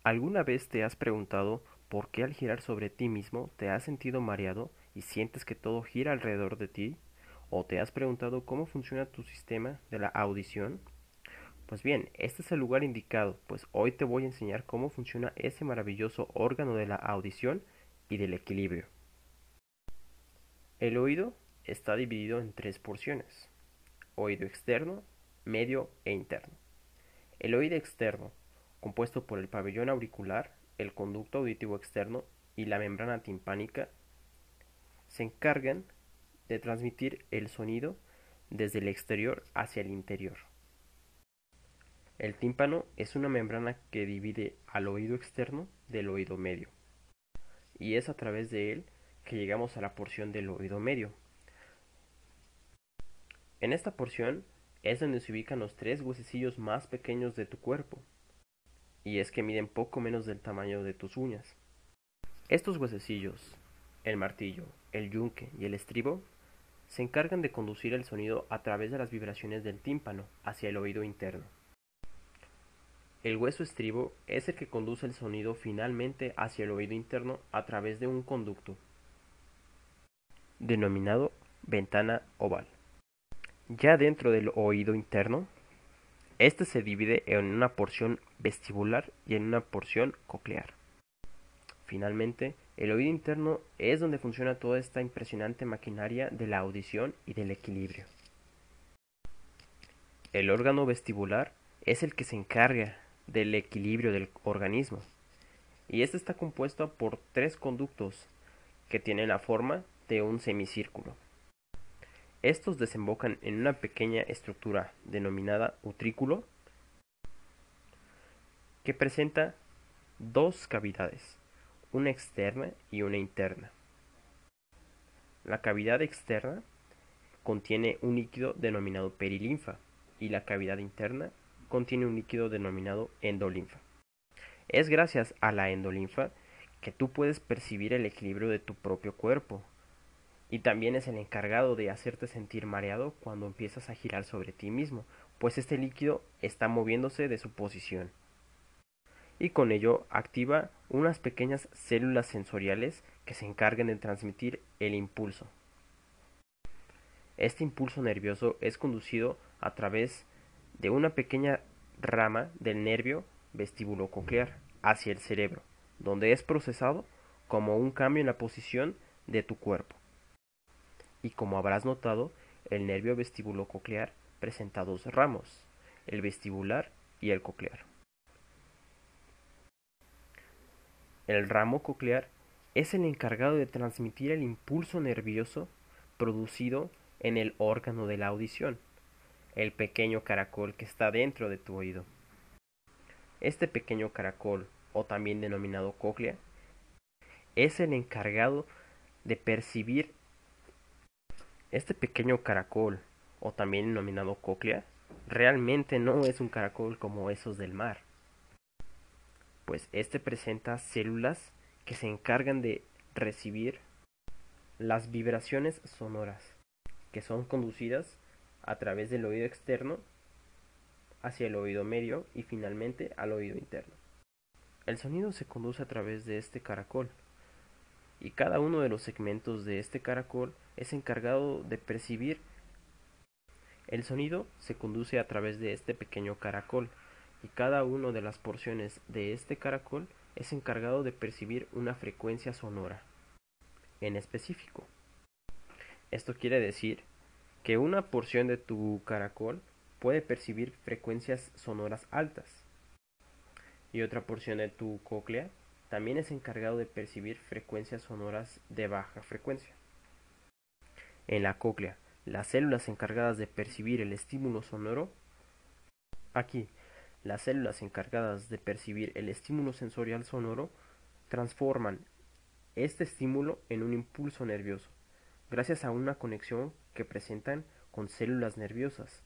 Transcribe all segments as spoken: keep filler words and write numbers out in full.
¿Alguna vez te has preguntado por qué al girar sobre ti mismo te has sentido mareado y sientes que todo gira alrededor de ti? ¿O te has preguntado cómo funciona tu sistema de la audición? Pues bien, este es el lugar indicado, pues hoy te voy a enseñar cómo funciona ese maravilloso órgano de la audición y del equilibrio. El oído está dividido en tres porciones: oído externo, medio e interno. El oído externo, compuesto por el pabellón auricular, el conducto auditivo externo y la membrana timpánica, se encargan de transmitir el sonido desde el exterior hacia el interior. El tímpano es una membrana que divide al oído externo del oído medio, y es a través de él que llegamos a la porción del oído medio. En esta porción es donde se ubican los tres huesecillos más pequeños de tu cuerpo, y es que miden poco menos del tamaño de tus uñas. Estos huesecillos, el martillo, el yunque y el estribo, se encargan de conducir el sonido a través de las vibraciones del tímpano hacia el oído interno. El hueso estribo es el que conduce el sonido finalmente hacia el oído interno a través de un conducto, denominado ventana oval. Ya dentro del oído interno, este se divide en una porción vestibular y en una porción coclear. Finalmente, el oído interno es donde funciona toda esta impresionante maquinaria de la audición y del equilibrio. El órgano vestibular es el que se encarga del equilibrio del organismo, y este está compuesto por tres conductos que tienen la forma de un semicírculo. Estos desembocan en una pequeña estructura denominada utrículo, que presenta dos cavidades, una externa y una interna. La cavidad externa contiene un líquido denominado perilinfa y la cavidad interna contiene un líquido denominado endolinfa. Es gracias a la endolinfa que tú puedes percibir el equilibrio de tu propio cuerpo, y también es el encargado de hacerte sentir mareado cuando empiezas a girar sobre ti mismo, pues este líquido está moviéndose de su posición, y con ello activa unas pequeñas células sensoriales que se encargan de transmitir el impulso. Este impulso nervioso es conducido a través de una pequeña rama del nervio vestibulococlear hacia el cerebro, donde es procesado como un cambio en la posición de tu cuerpo. Y como habrás notado, el nervio vestibulococlear presenta dos ramos, el vestibular y el coclear. El ramo coclear es el encargado de transmitir el impulso nervioso producido en el órgano de la audición, el pequeño caracol que está dentro de tu oído. Este pequeño caracol, o también denominado cóclea, es el encargado de percibir. Este pequeño caracol, o también denominado cóclea, realmente no es un caracol como esos del mar, pues este presenta células que se encargan de recibir las vibraciones sonoras, que son conducidas a través del oído externo hacia el oído medio y finalmente al oído interno. El sonido se conduce a través de este caracol, y cada uno de los segmentos de este caracol es encargado de percibir. El sonido se conduce a través de este pequeño caracol, y cada una de las porciones de este caracol es encargado de percibir una frecuencia sonora en específico. Esto quiere decir que una porción de tu caracol puede percibir frecuencias sonoras altas, y otra porción de tu cóclea también es encargado de percibir frecuencias sonoras de baja frecuencia. En la cóclea, las células encargadas de percibir el estímulo sonoro, aquí, las células encargadas de percibir el estímulo sensorial sonoro transforman este estímulo en un impulso nervioso, gracias a una conexión que presentan con células nerviosas,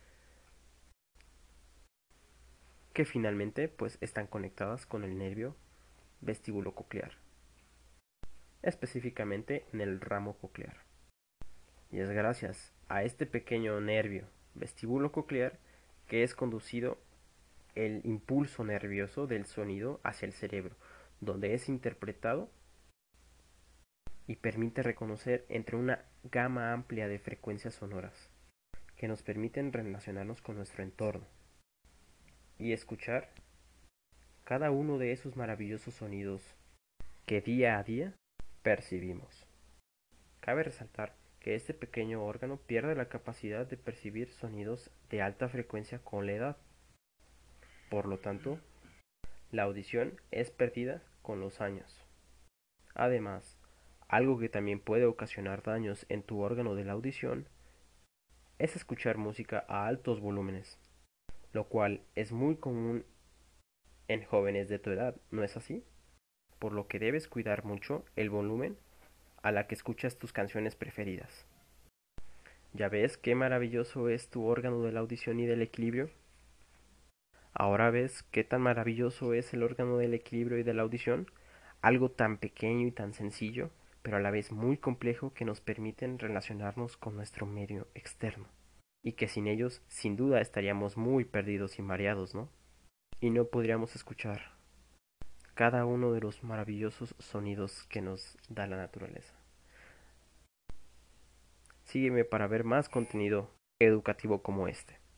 que finalmente pues están conectadas con el nervio vestibulococlear, específicamente en el ramo coclear. Y es gracias a este pequeño nervio vestibulococlear que es conducido el impulso nervioso del sonido hacia el cerebro, donde es interpretado y permite reconocer entre una gama amplia de frecuencias sonoras que nos permiten relacionarnos con nuestro entorno y escuchar cada uno de esos maravillosos sonidos que día a día percibimos. Cabe resaltar que este pequeño órgano pierde la capacidad de percibir sonidos de alta frecuencia con la edad. Por lo tanto, la audición es perdida con los años. Además, algo que también puede ocasionar daños en tu órgano de la audición es escuchar música a altos volúmenes, lo cual es muy común en jóvenes de tu edad, ¿no es así? Por lo que debes cuidar mucho el volumen a la que escuchas tus canciones preferidas. ¿Ya ves qué maravilloso es tu órgano de la audición y del equilibrio? Ahora ves qué tan maravilloso es el órgano del equilibrio y de la audición, algo tan pequeño y tan sencillo, pero a la vez muy complejo que nos permiten relacionarnos con nuestro medio externo, y que sin ellos sin duda estaríamos muy perdidos y mareados, ¿no? Y no podríamos escuchar cada uno de los maravillosos sonidos que nos da la naturaleza. Sígueme para ver más contenido educativo como este.